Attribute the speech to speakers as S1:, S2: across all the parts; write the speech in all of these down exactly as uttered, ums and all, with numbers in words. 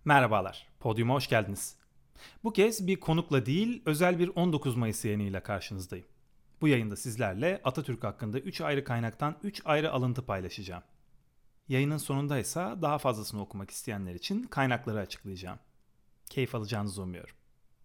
S1: Merhabalar, podyuma hoş geldiniz. Bu kez bir konukla değil, özel bir on dokuz Mayıs yayınıyla karşınızdayım. Bu yayında sizlerle Atatürk hakkında üç ayrı kaynaktan üç ayrı alıntı paylaşacağım. Yayının sonunda ise daha fazlasını okumak isteyenler için kaynakları açıklayacağım. Keyif alacağınızı umuyorum.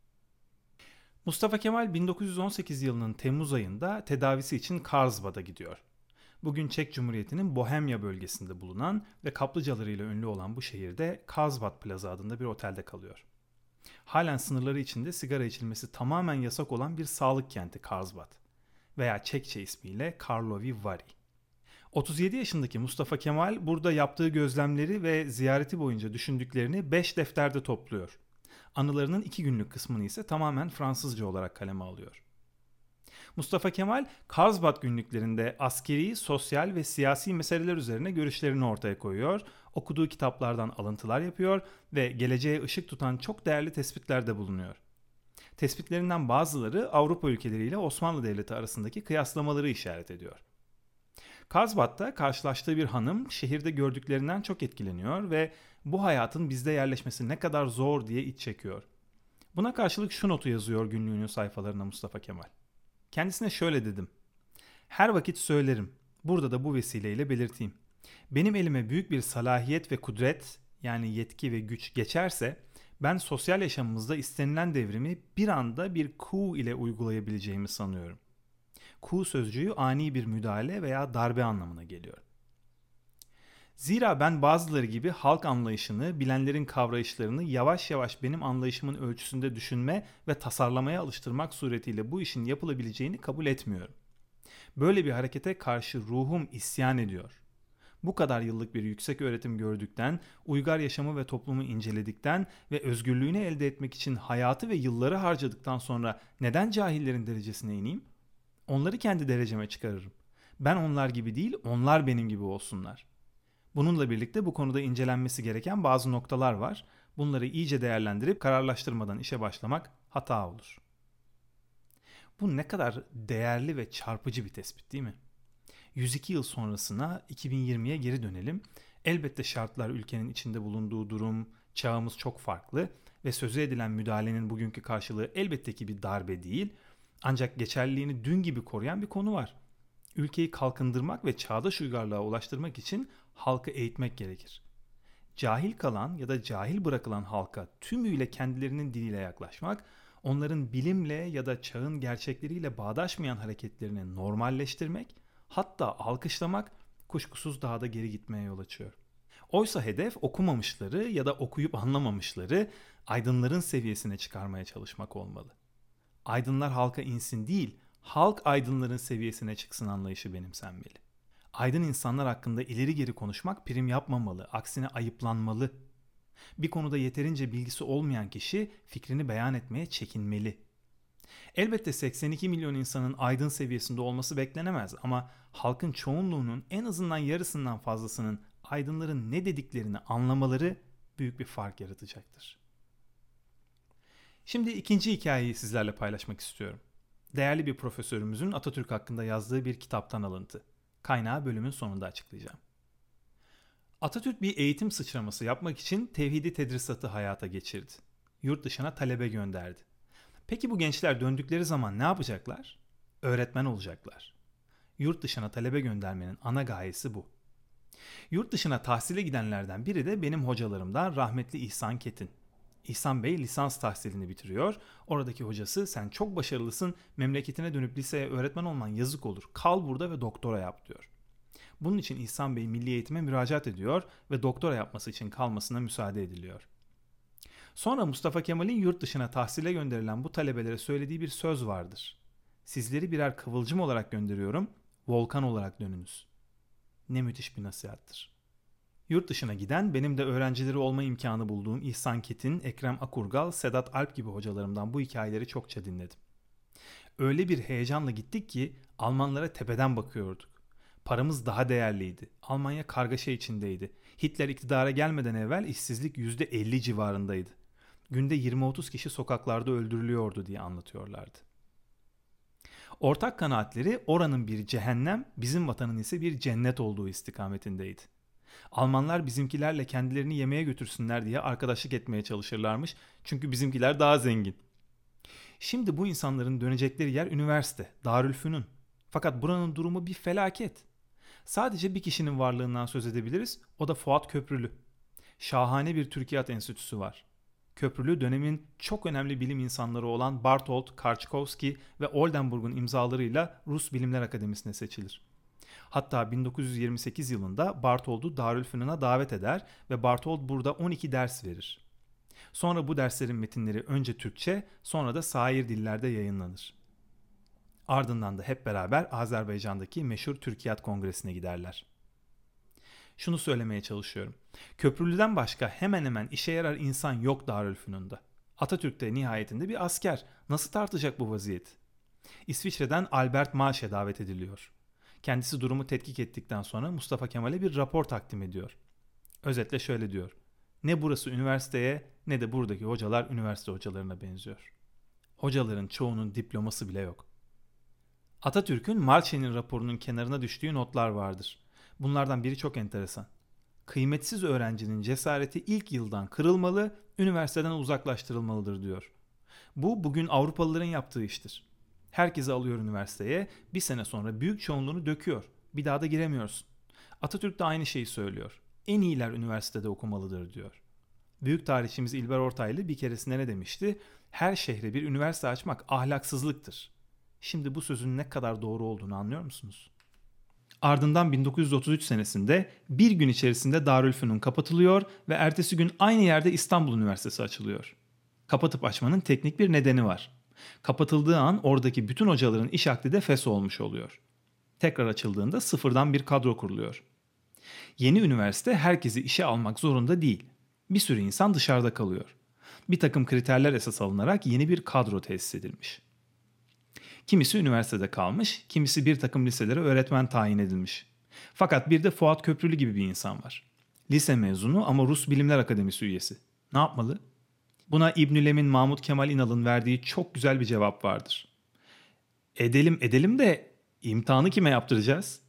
S1: Mustafa Kemal bin dokuz yüz on sekiz yılının Temmuz ayında tedavisi için Karlsbad'a gidiyor. Bugün Çek Cumhuriyeti'nin Bohemya bölgesinde bulunan ve kaplıcalarıyla ünlü olan bu şehirde Karlsbad Plaza adında bir otelde kalıyor. Halen sınırları içinde sigara içilmesi tamamen yasak olan bir sağlık kenti Karlsbad veya Çekçe ismiyle Karlovy Vary. otuz yedi yaşındaki Mustafa Kemal burada yaptığı gözlemleri ve ziyareti boyunca düşündüklerini beş defterde topluyor. Anılarının iki günlük kısmını ise tamamen Fransızca olarak kaleme alıyor. Mustafa Kemal, Karlsbad günlüklerinde askeri, sosyal ve siyasi meseleler üzerine görüşlerini ortaya koyuyor, okuduğu kitaplardan alıntılar yapıyor ve geleceğe ışık tutan çok değerli tespitlerde bulunuyor. Tespitlerinden bazıları Avrupa ülkeleriyle Osmanlı Devleti arasındaki kıyaslamaları işaret ediyor. Karlsbad'da karşılaştığı bir hanım şehirde gördüklerinden çok etkileniyor ve bu hayatın bizde yerleşmesi ne kadar zor diye iç çekiyor. Buna karşılık şu notu yazıyor günlüğünün sayfalarına Mustafa Kemal. Kendisine şöyle dedim. Her vakit söylerim. Burada da bu vesileyle belirteyim. Benim elime büyük bir salahiyet ve kudret, yani yetki ve güç geçerse ben sosyal yaşamımızda istenilen devrimi bir anda bir coup ile uygulayabileceğimi sanıyorum. Coup sözcüğü ani bir müdahale veya darbe anlamına geliyor. Zira ben bazıları gibi halk anlayışını, bilenlerin kavrayışlarını yavaş yavaş benim anlayışımın ölçüsünde düşünme ve tasarlamaya alıştırmak suretiyle bu işin yapılabileceğini kabul etmiyorum. Böyle bir harekete karşı ruhum isyan ediyor. Bu kadar yıllık bir yüksek öğretim gördükten, uygar yaşamı ve toplumu inceledikten ve özgürlüğünü elde etmek için hayatı ve yılları harcadıktan sonra neden cahillerin derecesine ineyim? Onları kendi dereceme çıkarırım. Ben onlar gibi değil, onlar benim gibi olsunlar. Bununla birlikte bu konuda incelenmesi gereken bazı noktalar var. Bunları iyice değerlendirip kararlaştırmadan işe başlamak hata olur. Bu ne kadar değerli ve çarpıcı bir tespit değil mi? yüz iki yıl sonrasına iki bin yirmiye geri dönelim. Elbette şartlar, ülkenin içinde bulunduğu durum, çağımız çok farklı ve sözü edilen müdahalenin bugünkü karşılığı elbette ki bir darbe değil. Ancak geçerliliğini dün gibi koruyan bir konu var. Ülkeyi kalkındırmak ve çağdaş uygarlığa ulaştırmak için halkı eğitmek gerekir. Cahil kalan ya da cahil bırakılan halka tümüyle kendilerinin diliyle yaklaşmak, onların bilimle ya da çağın gerçekleriyle bağdaşmayan hareketlerini normalleştirmek, hatta alkışlamak kuşkusuz daha da geri gitmeye yol açıyor. Oysa hedef okumamışları ya da okuyup anlamamışları aydınların seviyesine çıkarmaya çalışmak olmalı. Aydınlar halka insin değil, halk aydınların seviyesine çıksın anlayışı benimsenmeli. Aydın insanlar hakkında ileri geri konuşmak prim yapmamalı, aksine ayıplanmalı. Bir konuda yeterince bilgisi olmayan kişi fikrini beyan etmeye çekinmeli. Elbette seksen iki milyon insanın aydın seviyesinde olması beklenemez ama halkın çoğunluğunun en azından yarısından fazlasının aydınların ne dediklerini anlamaları büyük bir fark yaratacaktır. Şimdi ikinci hikayeyi sizlerle paylaşmak istiyorum. Değerli bir profesörümüzün Atatürk hakkında yazdığı bir kitaptan alıntı. Kaynağı bölümün sonunda açıklayacağım. Atatürk bir eğitim sıçraması yapmak için tevhidi tedrisatı hayata geçirdi. Yurt dışına talebe gönderdi. Peki bu gençler döndükleri zaman ne yapacaklar? Öğretmen olacaklar. Yurt dışına talebe göndermenin ana gayesi bu. Yurt dışına tahsile gidenlerden biri de benim hocalarımdan rahmetli İhsan Ketin. İhsan Bey lisans tahsilini bitiriyor. Oradaki hocası sen çok başarılısın, memleketine dönüp liseye öğretmen olman yazık olur. Kal burada ve doktora yap diyor. Bunun için İhsan Bey milli eğitime müracaat ediyor ve doktora yapması için kalmasına müsaade ediliyor. Sonra Mustafa Kemal'in yurt dışına tahsile gönderilen bu talebelere söylediği bir söz vardır. Sizleri birer kıvılcım olarak gönderiyorum, volkan olarak dönünüz. Ne müthiş bir nasihattır. Yurt dışına giden, benim de öğrencileri olma imkanı bulduğum İhsan Ketin, Ekrem Akurgal, Sedat Alp gibi hocalarımdan bu hikayeleri çokça dinledim. Öyle bir heyecanla gittik ki Almanlara tepeden bakıyorduk. Paramız daha değerliydi. Almanya kargaşa içindeydi. Hitler iktidara gelmeden evvel işsizlik yüzde elli civarındaydı. Günde yirmi otuz kişi sokaklarda öldürülüyordu diye anlatıyorlardı. Ortak kanaatleri oranın bir cehennem, bizim vatanın ise bir cennet olduğu istikametindeydi. Almanlar bizimkilerle kendilerini yemeğe götürsünler diye arkadaşlık etmeye çalışırlarmış. Çünkü bizimkiler daha zengin. Şimdi bu insanların dönecekleri yer üniversite, Darülfünun. Fakat buranın durumu bir felaket. Sadece bir kişinin varlığından söz edebiliriz. O da Fuat Köprülü. Şahane bir Türkiyat Enstitüsü var. Köprülü dönemin çok önemli bilim insanları olan Bartold, Karçkovski ve Oldenburg'un imzalarıyla Rus Bilimler Akademisi'ne seçilir. Hatta bin dokuz yüz yirmi sekiz yılında Bartold'u Darülfünun'a davet eder ve Bartold burada on iki ders verir. Sonra bu derslerin metinleri önce Türkçe, sonra da sair dillerde yayınlanır. Ardından da hep beraber Azerbaycan'daki meşhur Türkiyat Kongresi'ne giderler. Şunu söylemeye çalışıyorum. Köprülü'den başka hemen hemen işe yarar insan yok Darülfünun'da. Atatürk de nihayetinde bir asker. Nasıl tartacak bu vaziyet? İsviçre'den Albert Malşe davet ediliyor. Kendisi durumu tetkik ettikten sonra Mustafa Kemal'e bir rapor takdim ediyor. Özetle şöyle diyor. Ne burası üniversiteye ne de buradaki hocalar üniversite hocalarına benziyor. Hocaların çoğunun diploması bile yok. Atatürk'ün Malşe'nin raporunun kenarına düştüğü notlar vardır. Bunlardan biri çok enteresan. Kıymetsiz öğrencinin cesareti ilk yıldan kırılmalı, üniversiteden uzaklaştırılmalıdır diyor. Bu bugün Avrupalıların yaptığı iştir. Herkesi alıyor üniversiteye, bir sene sonra büyük çoğunluğunu döküyor. Bir daha da giremiyorsun. Atatürk de aynı şeyi söylüyor. En iyiler üniversitede okumalıdır diyor. Büyük tarihçimiz İlber Ortaylı bir keresinde ne demişti? Her şehre bir üniversite açmak ahlaksızlıktır. Şimdi bu sözün ne kadar doğru olduğunu anlıyor musunuz? Ardından bin dokuz yüz otuz üç senesinde bir gün içerisinde Darülfünun kapatılıyor ve ertesi gün aynı yerde İstanbul Üniversitesi açılıyor. Kapatıp açmanın teknik bir nedeni var. Kapatıldığı an oradaki bütün hocaların iş akdi de feshedilmiş oluyor. Tekrar açıldığında sıfırdan bir kadro kuruluyor. Yeni üniversite herkesi işe almak zorunda değil. Bir sürü insan dışarıda kalıyor. Bir takım kriterler esas alınarak yeni bir kadro tesis edilmiş. Kimisi üniversitede kalmış, kimisi bir takım liselere öğretmen tayin edilmiş. Fakat bir de Fuat Köprülü gibi bir insan var. Lise mezunu ama Rus Bilimler Akademisi üyesi. Ne yapmalı? Buna İbnül Emin Mahmut Kemal İnal'ın verdiği çok güzel bir cevap vardır. Edelim edelim de imtihanı kime yaptıracağız?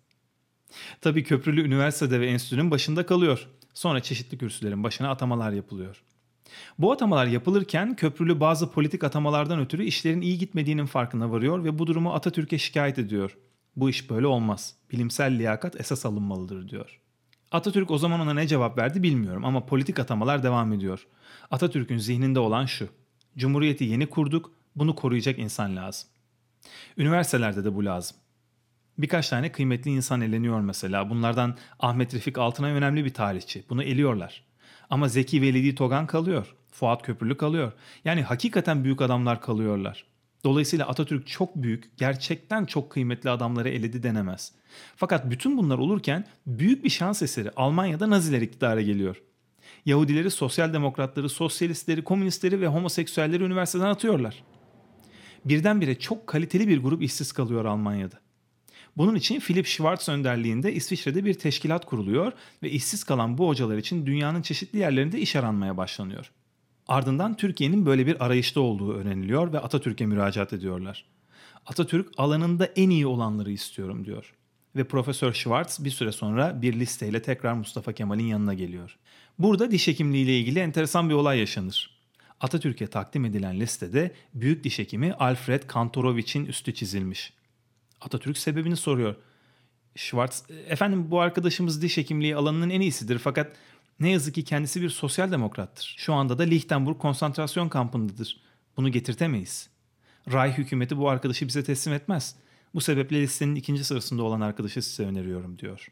S1: Tabii Köprülü üniversitede ve enstitünün başında kalıyor. Sonra çeşitli kürsülerin başına atamalar yapılıyor. Bu atamalar yapılırken Köprülü bazı politik atamalardan ötürü işlerin iyi gitmediğinin farkına varıyor ve bu durumu Atatürk'e şikayet ediyor. Bu iş böyle olmaz. Bilimsel liyakat esas alınmalıdır diyor. Atatürk o zaman ona ne cevap verdi bilmiyorum ama politik atamalar devam ediyor. Atatürk'ün zihninde olan şu. Cumhuriyeti yeni kurduk, bunu koruyacak insan lazım. Üniversitelerde de bu lazım. Birkaç tane kıymetli insan eleniyor mesela. Bunlardan Ahmet Refik Altınay önemli bir tarihçi. Bunu eliyorlar. Ama Zeki Velidi Togan kalıyor. Fuat Köprülü kalıyor. Yani hakikaten büyük adamlar kalıyorlar. Dolayısıyla Atatürk çok büyük, gerçekten çok kıymetli adamları eledi denemez. Fakat bütün bunlar olurken büyük bir şans eseri Almanya'da Naziler iktidara geliyor. Yahudileri, sosyal demokratları, sosyalistleri, komünistleri ve homoseksüelleri üniversiteden atıyorlar. Birdenbire çok kaliteli bir grup işsiz kalıyor Almanya'da. Bunun için Philipp Schwarz önderliğinde İsviçre'de bir teşkilat kuruluyor ve işsiz kalan bu hocalar için dünyanın çeşitli yerlerinde iş aranmaya başlanıyor. Ardından Türkiye'nin böyle bir arayışta olduğu öğreniliyor ve Atatürk'e müracaat ediyorlar. Atatürk alanında en iyi olanları istiyorum diyor. Ve Profesör Schwarz bir süre sonra bir listeyle tekrar Mustafa Kemal'in yanına geliyor. Burada diş hekimliği ile ilgili enteresan bir olay yaşanır. Atatürk'e takdim edilen listede büyük diş hekimi Alfred Kantorowicz'in üstü çizilmiş. Atatürk sebebini soruyor. Schwarz, efendim bu arkadaşımız diş hekimliği alanının en iyisidir fakat ne yazık ki kendisi bir sosyal demokrattır. Şu anda da Lichtenburg konsantrasyon kampındadır. Bunu getirtemeyiz. Reich hükümeti bu arkadaşı bize teslim etmez. Bu sebeple listenin ikinci sırasında olan arkadaşı size öneriyorum diyor.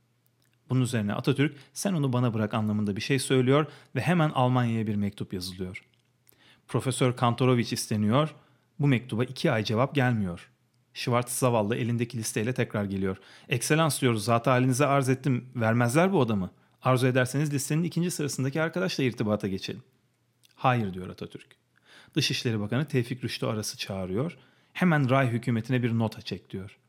S1: Bunun üzerine Atatürk sen onu bana bırak anlamında bir şey söylüyor ve hemen Almanya'ya bir mektup yazılıyor. Profesör Kantorowicz isteniyor. Bu mektuba iki ay cevap gelmiyor. Schwarz zavallı elindeki listeyle tekrar geliyor. Ekselans diyoruz, zat halinize arz ettim. Vermezler bu adamı. Arzu ederseniz listenin ikinci sırasındaki arkadaşla irtibata geçelim. Hayır diyor Atatürk. Dışişleri Bakanı Tevfik Rüştü Aras'ı çağırıyor. Hemen Ray hükümetine bir nota çek diyor.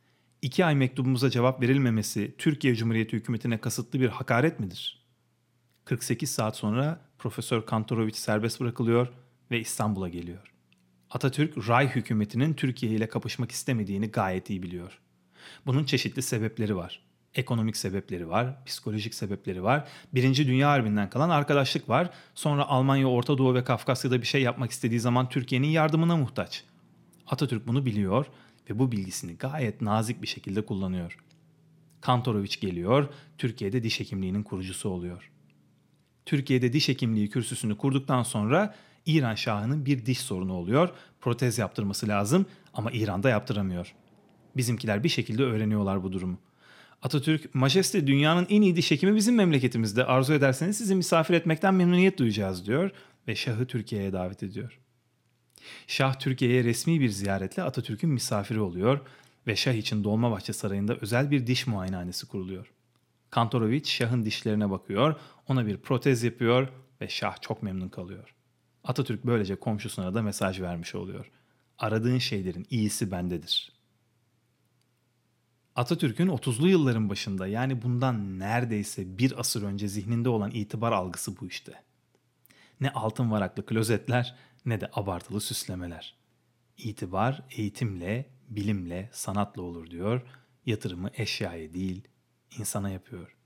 S1: İki ay mektubumuza cevap verilmemesi Türkiye Cumhuriyeti hükümetine kasıtlı bir hakaret midir? kırk sekiz saat sonra Profesör Kantorowicz serbest bırakılıyor ve İstanbul'a geliyor. Atatürk, Ray hükümetinin Türkiye ile kapışmak istemediğini gayet iyi biliyor. Bunun çeşitli sebepleri var. Ekonomik sebepleri var, psikolojik sebepleri var. Birinci Dünya Harbi'nden kalan arkadaşlık var. Sonra Almanya, Orta Doğu ve Kafkasya'da bir şey yapmak istediği zaman Türkiye'nin yardımına muhtaç. Atatürk bunu biliyor ve bu bilgisini gayet nazik bir şekilde kullanıyor. Kantorowicz geliyor, Türkiye'de diş hekimliğinin kurucusu oluyor. Türkiye'de diş hekimliği kürsüsünü kurduktan sonra İran Şahı'nın bir diş sorunu oluyor. Protez yaptırması lazım ama İran'da yaptıramıyor. Bizimkiler bir şekilde öğreniyorlar bu durumu. Atatürk, "Majeste, dünyanın en iyi diş hekimi bizim memleketimizde. Arzu ederseniz sizi misafir etmekten memnuniyet duyacağız," diyor ve Şah'ı Türkiye'ye davet ediyor. Şah Türkiye'ye resmi bir ziyaretle Atatürk'ün misafiri oluyor ve Şah için Dolmabahçe Sarayı'nda özel bir diş muayenehanesi kuruluyor. Kantorowicz Şah'ın dişlerine bakıyor, ona bir protez yapıyor ve Şah çok memnun kalıyor. Atatürk böylece komşusuna da mesaj vermiş oluyor. Aradığın şeylerin iyisi bendedir. Atatürk'ün otuzlu yılların başında, yani bundan neredeyse bir asır önce zihninde olan itibar algısı bu işte. Ne altın varaklı klozetler ne de abartılı süslemeler. İtibar eğitimle, bilimle, sanatla olur diyor. Yatırımı eşyaya değil, insana yapıyor.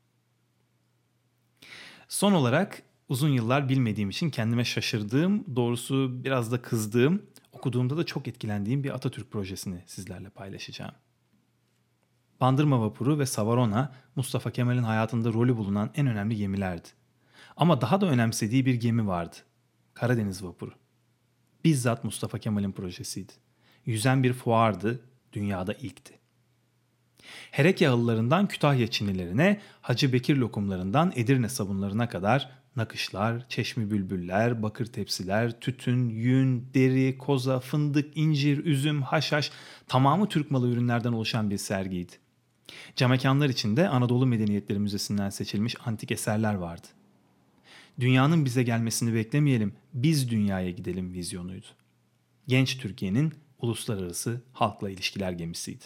S1: Son olarak uzun yıllar bilmediğim için kendime şaşırdığım, doğrusu biraz da kızdığım, okuduğumda da çok etkilendiğim bir Atatürk projesini sizlerle paylaşacağım. Bandırma Vapuru ve Savarona, Mustafa Kemal'in hayatında rolü bulunan en önemli gemilerdi. Ama daha da önemsediği bir gemi vardı. Karadeniz Vapuru. Bizzat Mustafa Kemal'in projesiydi. Yüzen bir fuardı, dünyada ilkti. Herek Yağlılarından Kütahya Çinilerine, Hacı Bekir lokumlarından Edirne sabunlarına kadar nakışlar, çeşmi bülbüller, bakır tepsiler, tütün, yün, deri, koza, fındık, incir, üzüm, haşhaş, tamamı Türk malı ürünlerden oluşan bir sergiydi. Camekanlar içinde Anadolu Medeniyetleri Müzesi'nden seçilmiş antik eserler vardı. Dünyanın bize gelmesini beklemeyelim, biz dünyaya gidelim vizyonuydu. Genç Türkiye'nin uluslararası halkla ilişkiler gemisiydi.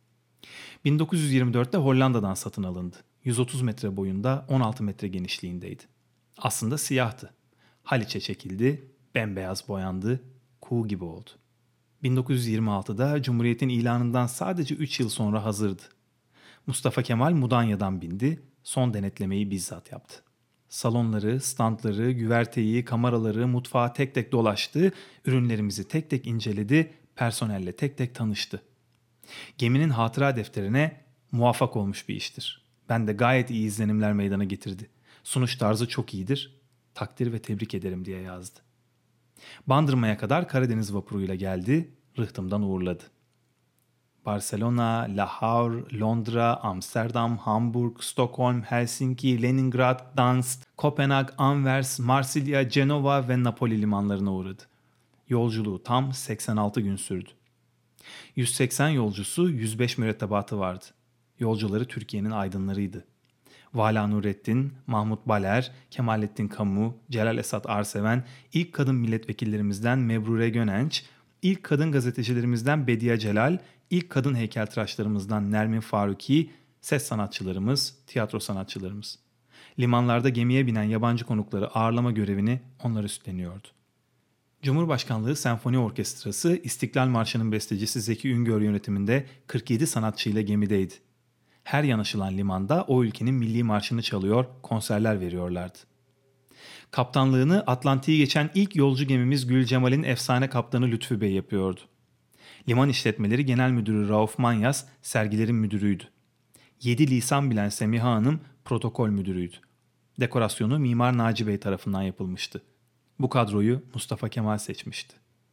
S1: bin dokuz yüz yirmi dörtte Hollanda'dan satın alındı. yüz otuz metre boyunda, on altı metre genişliğindeydi. Aslında siyahtı. Haliç'e çekildi, bembeyaz boyandı, kuğu gibi oldu. bin dokuz yüz yirmi altıda Cumhuriyet'in ilanından sadece üç yıl sonra hazırdı. Mustafa Kemal Mudanya'dan bindi, son denetlemeyi bizzat yaptı. Salonları, standları, güverteyi, kameraları, mutfağı tek tek dolaştı, ürünlerimizi tek tek inceledi, personelle tek tek tanıştı. Geminin hatıra defterine muvaffak olmuş bir iştir. Ben de gayet iyi izlenimler meydana getirdi. Sunuş tarzı çok iyidir, takdir ve tebrik ederim diye yazdı. Bandırma'ya kadar Karadeniz vapuruyla geldi, rıhtımdan uğurladı. Barcelona, Lahore, Londra, Amsterdam, Hamburg, Stockholm, Helsinki, Leningrad, Dansk, Kopenhag, Anvers, Marsilya, Cenova ve Napoli limanlarına uğradı. Yolculuğu tam seksen altı gün sürdü. yüz seksen yolcusu, yüz beş mürettebatı vardı. Yolcuları Türkiye'nin aydınlarıydı. Vala Nurettin, Mahmut Baler, Kemalettin Kamu, Celal Esat Arseven, ilk kadın milletvekillerimizden Mebrure Gönenç, ilk kadın gazetecilerimizden Bediye Celal, ilk kadın heykeltıraşlarımızdan Nermin Faruki, ses sanatçılarımız, tiyatro sanatçılarımız. Limanlarda gemiye binen yabancı konukları ağırlama görevini onlar üstleniyordu. Cumhurbaşkanlığı Senfoni Orkestrası, İstiklal Marşı'nın bestecisi Zeki Üngör yönetiminde kırk yedi sanatçıyla gemideydi. Her yanaşılan limanda o ülkenin milli marşını çalıyor, konserler veriyorlardı. Kaptanlığını Atlantik'i geçen ilk yolcu gemimiz Gül Cemal'in efsane kaptanı Lütfü Bey yapıyordu. Liman İşletmeleri Genel Müdürü Rauf Manyas sergilerin müdürüydü. Yedi lisan bilen Semiha Hanım protokol müdürüydü. Dekorasyonu Mimar Naci Bey tarafından yapılmıştı. Bu kadroyu Mustafa Kemal seçmişti.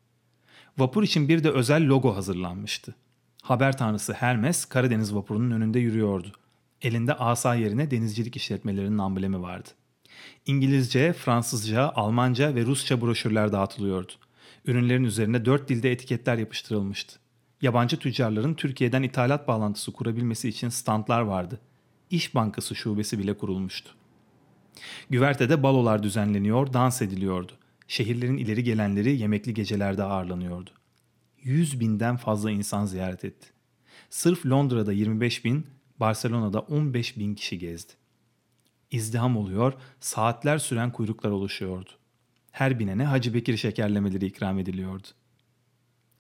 S1: Vapur için bir de özel logo hazırlanmıştı. Haber tanrısı Hermes Karadeniz vapurunun önünde yürüyordu. Elinde asa yerine denizcilik işletmelerinin amblemi vardı. İngilizce, Fransızca, Almanca ve Rusça broşürler dağıtılıyordu. Ürünlerin üzerine dört dilde etiketler yapıştırılmıştı. Yabancı tüccarların Türkiye'den ithalat bağlantısı kurabilmesi için standlar vardı. İş Bankası şubesi bile kurulmuştu. Güvertede balolar düzenleniyor, dans ediliyordu. Şehirlerin ileri gelenleri yemekli gecelerde ağırlanıyordu. Yüz binden fazla insan ziyaret etti. Sırf Londra'da yirmi beş bin, Barcelona'da on beş bin kişi gezdi. İzdiham oluyor, saatler süren kuyruklar oluşuyordu. Her binene Hacı Bekir şekerlemeleri ikram ediliyordu.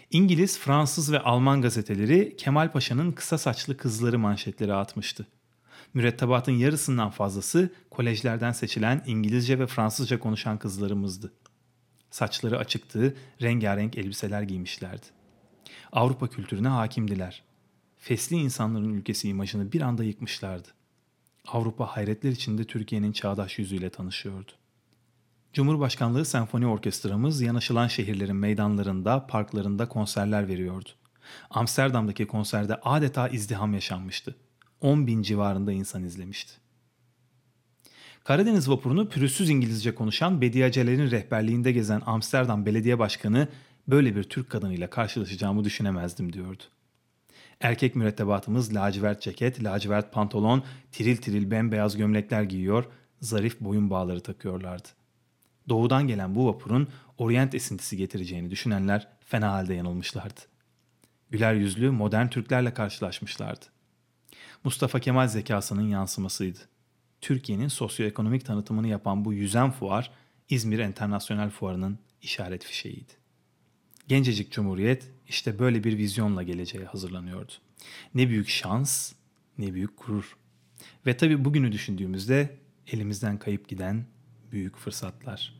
S1: İngiliz, Fransız ve Alman gazeteleri Kemal Paşa'nın kısa saçlı kızları manşetleri atmıştı. Mürettebatın yarısından fazlası kolejlerden seçilen İngilizce ve Fransızca konuşan kızlarımızdı. Saçları açıktı, rengarenk elbiseler giymişlerdi. Avrupa kültürüne hakimdiler. Fesli insanların ülkesi imajını bir anda yıkmışlardı. Avrupa hayretler içinde Türkiye'nin çağdaş yüzüyle tanışıyordu. Cumhurbaşkanlığı Senfoni Orkestramız yanaşılan şehirlerin meydanlarında, parklarında konserler veriyordu. Amsterdam'daki konserde adeta izdiham yaşanmıştı. on bin civarında insan izlemişti. Karadeniz vapurunu pürüzsüz İngilizce konuşan Bediacelerin rehberliğinde gezen Amsterdam Belediye Başkanı böyle bir Türk kadınıyla karşılaşacağımı düşünemezdim diyordu. Erkek mürettebatımız lacivert ceket, lacivert pantolon, tiril tiril bembeyaz gömlekler giyiyor, zarif boyun bağları takıyorlardı. Doğudan gelen bu vapurun Orient esintisi getireceğini düşünenler fena halde yanılmışlardı. Güler yüzlü modern Türklerle karşılaşmışlardı. Mustafa Kemal zekasının yansımasıydı. Türkiye'nin sosyoekonomik tanıtımını yapan bu yüzen fuar, İzmir Enternasyonel Fuarı'nın işaret fişeğiydi. Gencecik Cumhuriyet işte böyle bir vizyonla geleceğe hazırlanıyordu. Ne büyük şans, ne büyük gurur. Ve tabii bugünü düşündüğümüzde elimizden kayıp giden büyük fırsatlar.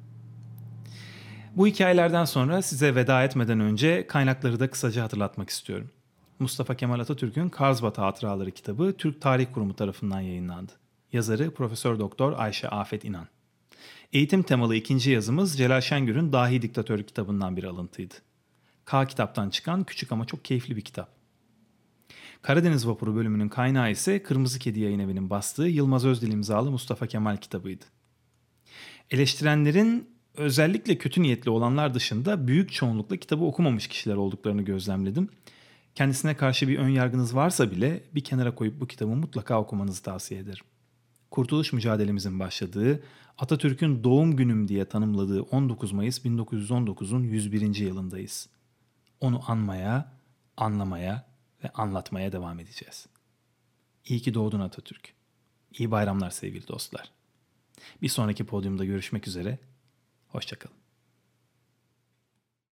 S1: Bu hikayelerden sonra size veda etmeden önce kaynakları da kısaca hatırlatmak istiyorum. Mustafa Kemal Atatürk'ün Karlsbad Hatıraları kitabı Türk Tarih Kurumu tarafından yayınlandı. Yazarı Profesör Doktor Ayşe Afet İnan. Eğitim temalı ikinci yazımız Celal Şengör'ün Dahi Diktatör kitabından bir alıntıydı. K kitaptan çıkan küçük ama çok keyifli bir kitap. Karadeniz Vapuru bölümünün kaynağı ise Kırmızı Kedi Yayınevi'nin bastığı Yılmaz Özdil imzalı Mustafa Kemal kitabıydı. Eleştirenlerin özellikle kötü niyetli olanlar dışında büyük çoğunlukla kitabı okumamış kişiler olduklarını gözlemledim. Kendisine karşı bir ön yargınız varsa bile bir kenara koyup bu kitabı mutlaka okumanızı tavsiye ederim. Kurtuluş mücadelemizin başladığı, Atatürk'ün doğum günüm diye tanımladığı on dokuz Mayıs bin dokuz yüz on dokuzun yüz birinci yılındayız. Onu anmaya, anlamaya ve anlatmaya devam edeceğiz. İyi ki doğdun Atatürk. İyi bayramlar sevgili dostlar. Bir sonraki podyumda görüşmek üzere. Hoşça kalın.